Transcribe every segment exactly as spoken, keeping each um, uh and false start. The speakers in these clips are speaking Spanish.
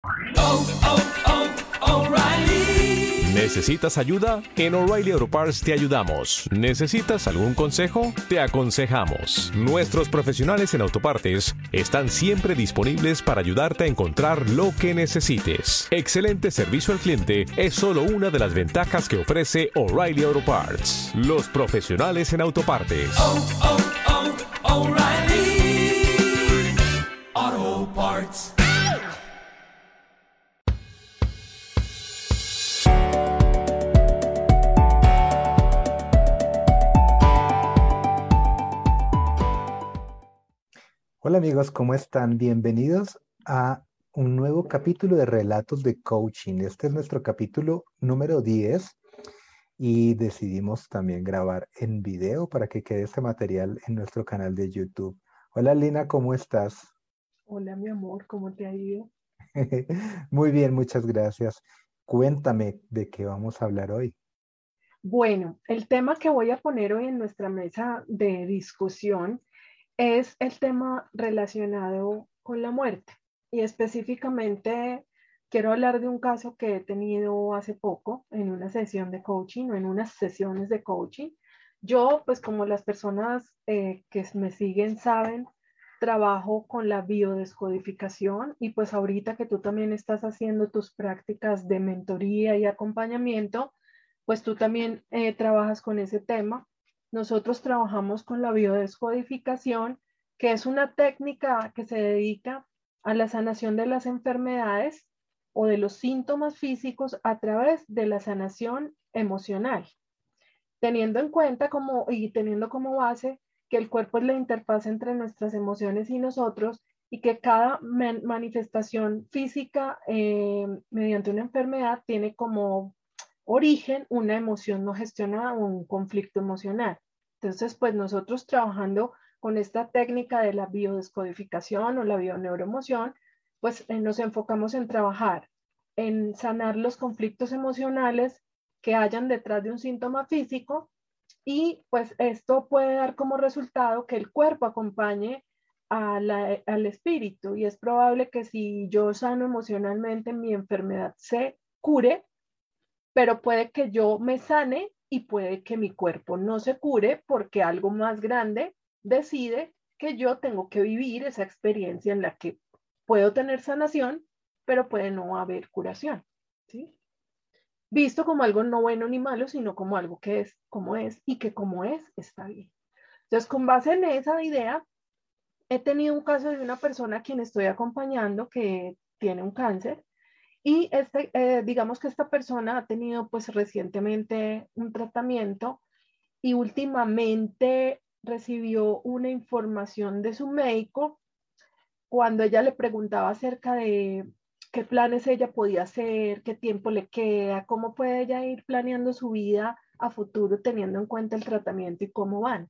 oh, oh, O'Reilly. ¿Necesitas ayuda? En O'Reilly Auto Parts te ayudamos. ¿Necesitas algún consejo? Te aconsejamos. Nuestros profesionales en autopartes están siempre disponibles para ayudarte a encontrar lo que necesites. Excelente servicio al cliente es solo una de las ventajas que ofrece O'Reilly Auto Parts. Los profesionales en autopartes. Oh, oh, oh, O'Reilly Auto Parts. Hola amigos, ¿cómo están? Bienvenidos a un nuevo capítulo de Relatos de Coaching. Este es nuestro capítulo número diez y decidimos también grabar en video para que quede este material en nuestro canal de YouTube. Hola Lina, ¿cómo estás? Hola, mi amor, ¿cómo te ha ido? Muy bien, muchas gracias. Cuéntame de qué vamos a hablar hoy. Bueno, el tema que voy a poner hoy en nuestra mesa de discusión es el tema relacionado con la muerte. Y específicamente quiero hablar de un caso que he tenido hace poco en una sesión de coaching o en unas sesiones de coaching. Yo, pues como las personas eh, que me siguen saben, trabajo con la biodescodificación y pues ahorita que tú también estás haciendo tus prácticas de mentoría y acompañamiento, pues tú también eh, trabajas con ese tema. Nosotros trabajamos con la biodescodificación, que es una técnica que se dedica a la sanación de las enfermedades o de los síntomas físicos a través de la sanación emocional, teniendo en cuenta como, y teniendo como base que el cuerpo es la interfaz entre nuestras emociones y nosotros y que cada man manifestación física eh, mediante una enfermedad tiene como origen una emoción no gestionada o un conflicto emocional. Entonces, pues nosotros trabajando con esta técnica de la biodescodificación o la bioneuroemoción, pues eh, nos enfocamos en trabajar, en sanar los conflictos emocionales que hayan detrás de un síntoma físico y pues esto puede dar como resultado que el cuerpo acompañe a la, al espíritu y es probable que si yo sano emocionalmente mi enfermedad se cure, pero puede que yo me sane y puede que mi cuerpo no se cure porque algo más grande decide que yo tengo que vivir esa experiencia en la que puedo tener sanación, pero puede no haber curación, ¿sí? Visto como algo no bueno ni malo, sino como algo que es como es y que como es está bien. Entonces, con base en esa idea, he tenido un caso de una persona a quien estoy acompañando que tiene un cáncer y este, eh, digamos que esta persona ha tenido pues recientemente un tratamiento y últimamente recibió una información de su médico cuando ella le preguntaba acerca de qué planes ella podía hacer, qué tiempo le queda, cómo puede ella ir planeando su vida a futuro teniendo en cuenta el tratamiento y cómo van.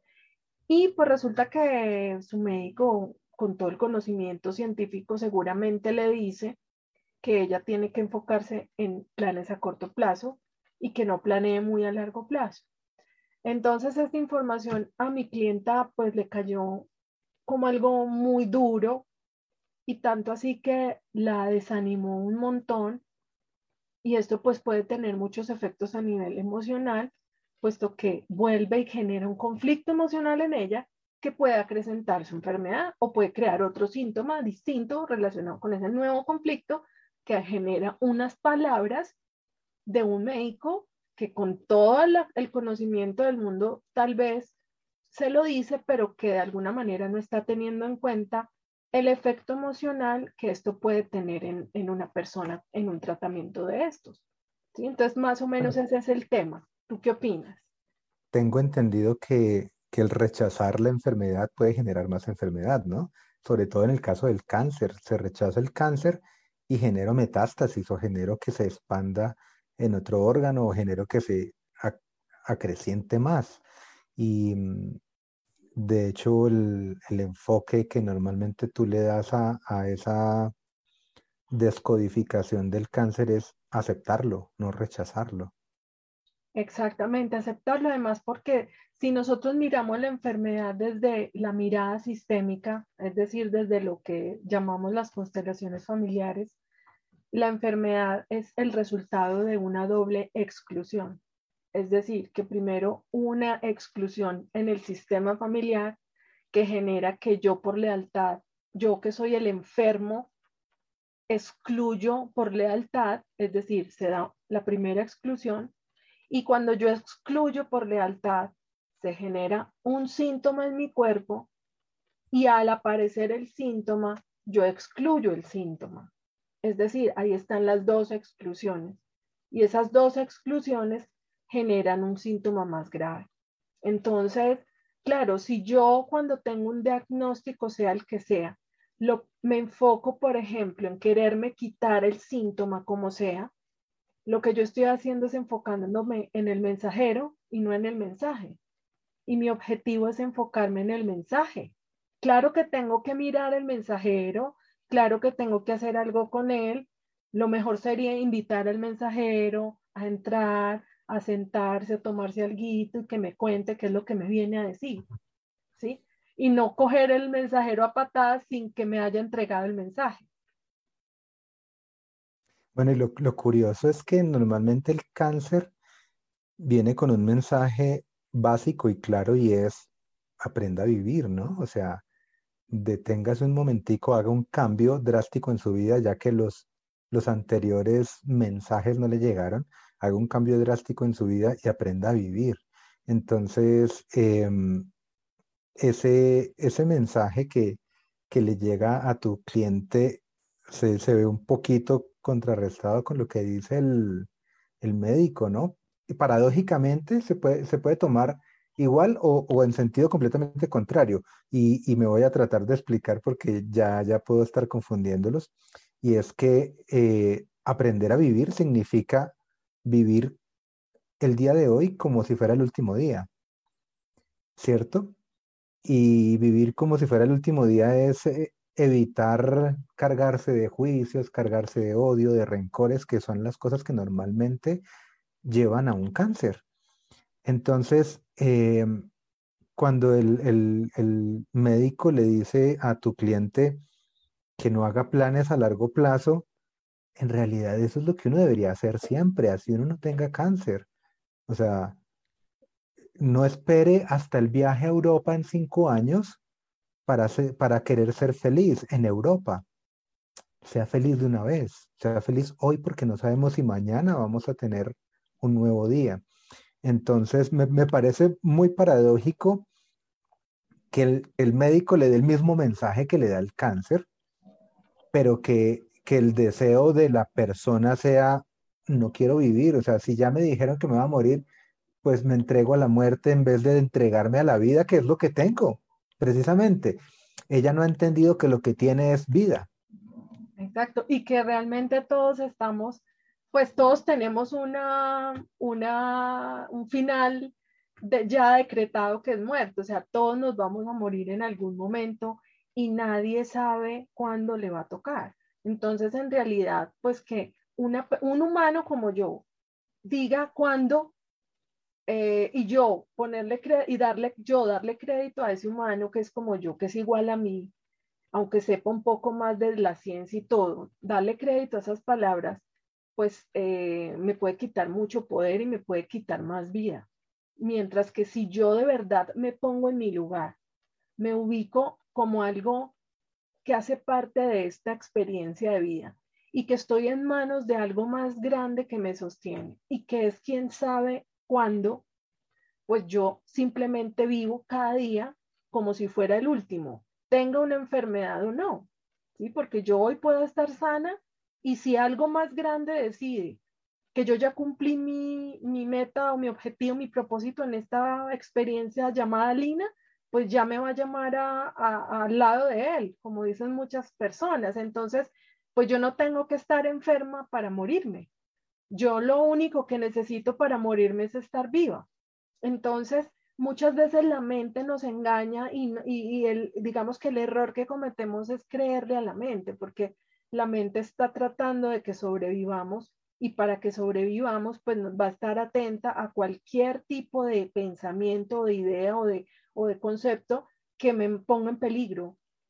Y pues resulta que su médico, con todo el conocimiento científico, seguramente le dice que ella tiene que enfocarse en planes a corto plazo y que no planee muy a largo plazo. Entonces, esta información a mi clienta pues le cayó como algo muy duro y tanto así que la desanimó un montón y esto pues puede tener muchos efectos a nivel emocional, puesto que vuelve y genera un conflicto emocional en ella que puede acrecentar su enfermedad o puede crear otro síntoma distinto relacionado con ese nuevo conflicto que genera unas palabras de un médico que con todo la, el conocimiento del mundo tal vez se lo dice, pero que de alguna manera no está teniendo en cuenta el efecto emocional que esto puede tener en, en una persona en un tratamiento de estos. ¿Sí? Entonces, más o menos Bueno, ese es el tema. ¿Tú qué opinas? tengo entendido que, que el rechazar la enfermedad puede generar más enfermedad, ¿no? Sobre todo en el caso del cáncer. Se rechaza el cáncer y genero metástasis o genero que se expanda en otro órgano o genero que se ac- acreciente más. Y mm, de hecho el, el enfoque que normalmente tú le das a, a esa descodificación del cáncer es aceptarlo, no rechazarlo. Exactamente, aceptarlo además porque si nosotros miramos la enfermedad desde la mirada sistémica, es decir, desde lo que llamamos las constelaciones familiares, La enfermedad es el resultado de una doble exclusión. Es decir, que primero una exclusión en el sistema familiar que genera que yo por lealtad, yo que soy el enfermo, excluyo por lealtad, es decir, se da la primera exclusión, y cuando yo excluyo por lealtad, se genera un síntoma en mi cuerpo y al aparecer el síntoma, yo excluyo el síntoma. Es decir, ahí están las dos exclusiones y esas dos exclusiones generan un síntoma más grave. Entonces, claro, si yo cuando tengo un diagnóstico, sea el que sea, lo, me enfoco, por ejemplo, en quererme quitar el síntoma como sea, lo que yo estoy haciendo es enfocándome en el mensajero y no en el mensaje. Y mi objetivo es enfocarme en el mensaje. Claro que tengo que mirar el mensajero, claro que tengo que hacer algo con él. Lo mejor sería invitar al mensajero a entrar, a sentarse, a tomarse alguito y que me cuente qué es lo que me viene a decir, ¿sí? Y no coger el mensajero a patadas sin que me haya entregado el mensaje. Bueno, y lo, lo curioso es que normalmente el cáncer viene con un mensaje básico y claro y es aprenda a vivir, ¿no? O sea, deténgase un momentico, haga un cambio drástico en su vida, ya que los, los anteriores mensajes no le llegaron, haga un cambio drástico en su vida y aprenda a vivir. Entonces, em, ese, ese mensaje que, que le llega a tu cliente se, se ve un poquito contrarrestado con lo que dice el, el médico, ¿no? Y paradójicamente se puede, se puede tomar igual o, o en sentido completamente contrario. Y, y me voy a tratar de explicar porque ya, ya puedo estar confundiéndolos. Y es que eh, aprender a vivir significa vivir el día de hoy como si fuera el último día, ¿cierto? Y vivir como si fuera el último día es eh, evitar cargarse de juicios, cargarse de odio, de rencores, que son las cosas que normalmente llevan a un cáncer. Entonces, eh, cuando el, el- el médico le dice a tu cliente que no haga planes a largo plazo, en realidad eso es lo que uno debería hacer siempre, así uno no tenga cáncer. O sea, no espere hasta el viaje a Europa en cinco años para, se- para querer ser feliz en Europa. Sea feliz de una vez, sea feliz hoy porque no sabemos si mañana vamos a tener un nuevo día. Entonces, me, me parece muy paradójico que el, el médico le dé el mismo mensaje que le da el cáncer, pero que, que el deseo de la persona sea, no quiero vivir, o sea, si ya me dijeron que me va a morir, pues me entrego a la muerte en vez de entregarme a la vida, que es lo que tengo, precisamente. Ella no ha entendido que lo que tiene es vida. Exacto, y que realmente todos estamos, pues todos tenemos una, una, un final de- ya decretado que es muerto, o sea, todos nos vamos a morir en algún momento y nadie sabe cuándo le va a tocar. Entonces, en realidad, pues que una, un humano como yo diga cuándo eh, y yo ponerle cre- y darle, yo darle crédito a ese humano que es como yo, que es igual a mí, aunque sepa un poco más de la ciencia y todo, darle crédito a esas palabras, pues eh, me puede quitar mucho poder y me puede quitar más vida. Mientras que si yo de verdad me pongo en mi lugar, me ubico como algo que hace parte de esta experiencia de vida y que estoy en manos de algo más grande que me sostiene y que es quien sabe cuándo, pues yo simplemente vivo cada día como si fuera el último, tenga una enfermedad o no, ¿sí? Porque yo hoy puedo estar sana y si algo más grande decide que yo ya cumplí mi, mi meta o mi objetivo, mi propósito en esta experiencia llamada Lina, pues ya me va a llamar a, a, al lado de él, como dicen muchas personas. Entonces, pues yo no tengo que estar enferma para morirme. Yo lo único que necesito para morirme es estar viva. Entonces, muchas veces la mente nos engaña y, y, y el, digamos que el error que cometemos es creerle a la mente, porque la mente está tratando de que sobrevivamos y para que sobrevivamos, pues nos va a estar atenta a cualquier tipo de pensamiento, de idea o de, o de concepto que me ponga en peligro,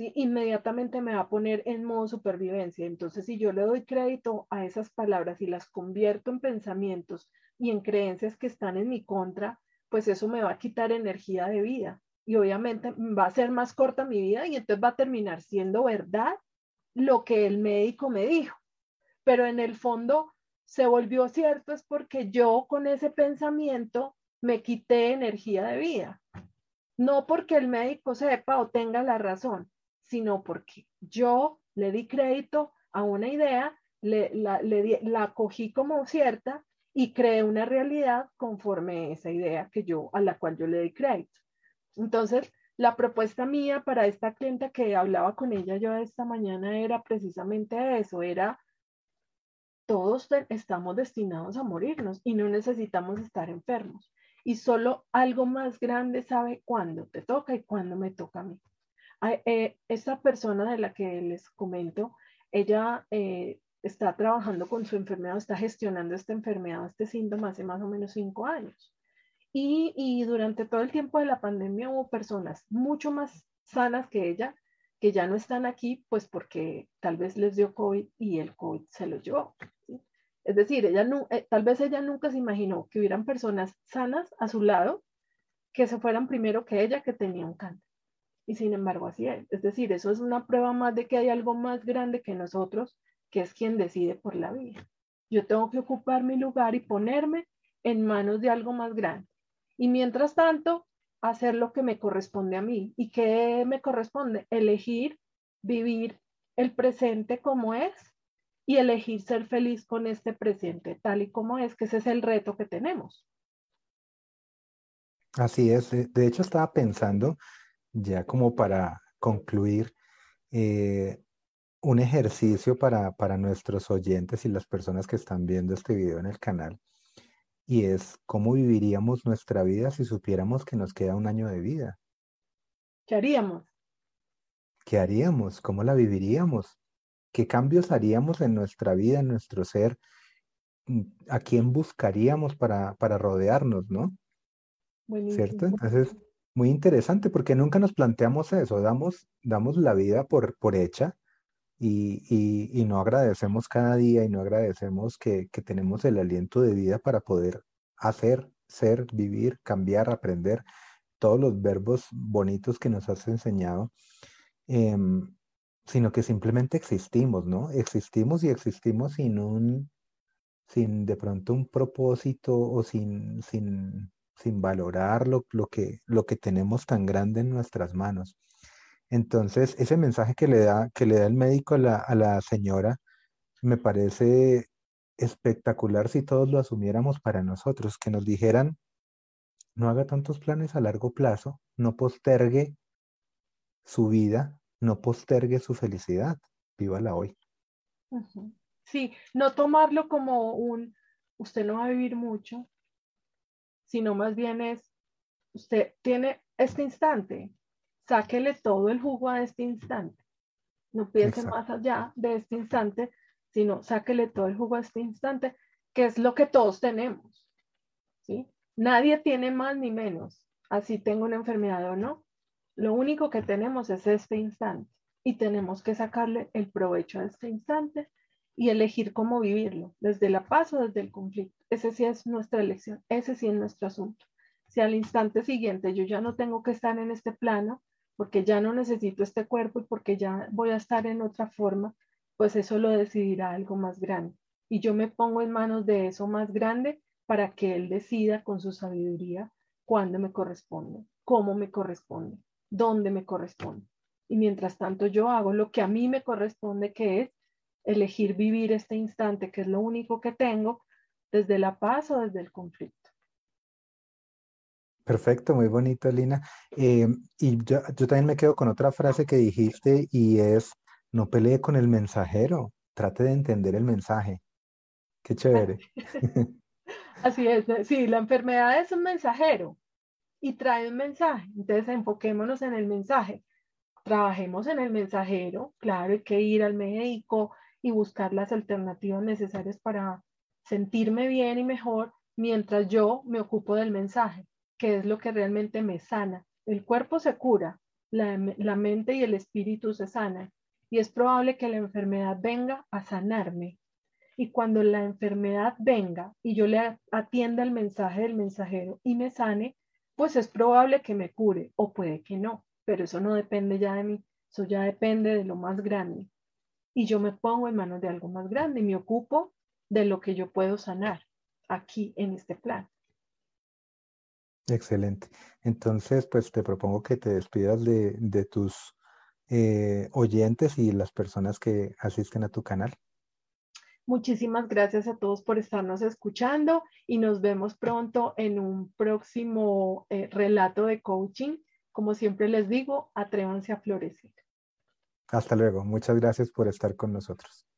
¿sí? Inmediatamente me va a poner en modo supervivencia. Entonces, si yo le doy crédito a esas palabras y las convierto en pensamientos y en creencias que están en mi contra, pues eso me va a quitar energía de vida. Y obviamente va a ser más corta mi vida y entonces va a terminar siendo verdad lo que el médico me dijo. Pero en el fondo se volvió cierto es porque yo con ese pensamiento me quité energía de vida. No porque el médico sepa o tenga la razón, sino porque yo le di crédito a una idea, le, la, le di, la cogí como cierta y creé una realidad conforme a esa idea que yo, a la cual yo le di crédito. Entonces, la propuesta mía para esta clienta que hablaba con ella yo esta mañana era precisamente eso, era todos estamos destinados a morirnos y no necesitamos estar enfermos. Y solo algo más grande sabe cuándo te toca y cuándo me toca a mí. Eh, esta persona de la que les comento, ella eh, está trabajando con su enfermedad, está gestionando esta enfermedad, este síntoma hace más o menos cinco años. Y, y durante todo el tiempo de la pandemia hubo personas mucho más sanas que ella que ya no están aquí, pues porque tal vez les dio COVID y el COVID se los llevó. ¿Sí? Es decir, ella no, eh, tal vez ella nunca se imaginó que hubieran personas sanas a su lado que se fueran primero que ella que tenía un cáncer. Y sin embargo, así es. Es decir, eso es una prueba más de que hay algo más grande que nosotros, que es quien decide por la vida. Yo tengo que ocupar mi lugar y ponerme en manos de algo más grande. Y mientras tanto, hacer lo que me corresponde a mí. ¿Y qué me corresponde? Elegir vivir el presente como es y elegir ser feliz con este presente tal y como es, que ese es el reto que tenemos. Así es. De de hecho, estaba pensando, ya como para concluir, eh, un ejercicio para, para nuestros oyentes y las personas que están viendo este video en el canal, y es cómo viviríamos nuestra vida si supiéramos que nos queda un año de vida. ¿Qué haríamos? ¿Qué haríamos? ¿Cómo la viviríamos? ¿Qué cambios haríamos en nuestra vida, en nuestro ser? Mm, ¿A quién buscaríamos para, para rodearnos, ¿no? ¿Cierto? Buenísimo. Entonces, muy interesante porque nunca nos planteamos eso, damos, damos la vida por, por hecha y, y- y no agradecemos cada día y no agradecemos que, que tenemos el aliento de vida para poder hacer, ser, vivir, cambiar, aprender todos los verbos bonitos que nos has enseñado, em, sino que simplemente existimos, ¿no? Existimos y existimos sin un, sin de pronto un propósito o sin, sin, sin valorar lo, lo que, lo que tenemos tan grande en nuestras manos. Entonces, ese mensaje que le da, que le da el médico a la, a la señora me parece espectacular si todos lo asumiéramos para nosotros, que nos dijeran, no haga tantos planes a largo plazo, no postergue su vida, no postergue su felicidad, vívala hoy. Uh-huh. Sí, no tomarlo como un, usted no va a vivir mucho, sino más bien es, usted tiene este instante, sáquele todo el jugo a este instante. No piense Exacto. más allá de este instante, sino sáquele todo el jugo a este instante, que es lo que todos tenemos, ¿sí? Nadie tiene más ni menos, así tengo una enfermedad o no. Lo único que tenemos es este instante y tenemos que sacarle el provecho a este instante y elegir cómo vivirlo, desde la paz o desde el conflicto. Ese sí es nuestra elección, ese sí es nuestro asunto. Si al instante siguiente yo ya no tengo que estar en este plano, porque ya no necesito este cuerpo y porque ya voy a estar en otra forma, pues eso lo decidirá algo más grande. Y yo me pongo en manos de eso más grande para que él decida con su sabiduría cuándo me corresponde, cómo me corresponde, dónde me corresponde. Y mientras tanto yo hago lo que a mí me corresponde, que es elegir vivir este instante, que es lo único que tengo, desde la paz o desde el conflicto. Perfecto, muy bonito, Lina. Eh, y yo, yo también me quedo con otra frase que dijiste y es, no pelee con el mensajero, trate de entender el mensaje. Qué chévere. Así es, sí, la enfermedad es un mensajero y trae un mensaje. Entonces enfoquémonos en el mensaje. Trabajemos en el mensajero, claro, hay que ir al médico y buscar las alternativas necesarias para sentirme bien y mejor mientras yo me ocupo del mensaje, que es lo que realmente me sana. El cuerpo se cura, la, la mente y el espíritu se sanan. Y es probable que la enfermedad venga a sanarme. Y cuando la enfermedad venga y yo le atienda el mensaje del mensajero y me sane, pues es probable que me cure o puede que no, pero eso no depende ya de mí, eso ya depende de lo más grande. Y yo me pongo en manos de algo más grande y me ocupo de lo que yo puedo sanar aquí en este plan. Excelente. Entonces, pues te propongo que te despidas de, de tus eh, oyentes y las personas que asisten a tu canal. Muchísimas gracias a todos por estarnos escuchando y nos vemos pronto en un próximo eh, relato de coaching. Como siempre les digo, atrévanse a florecer. Hasta luego. Muchas gracias por estar con nosotros.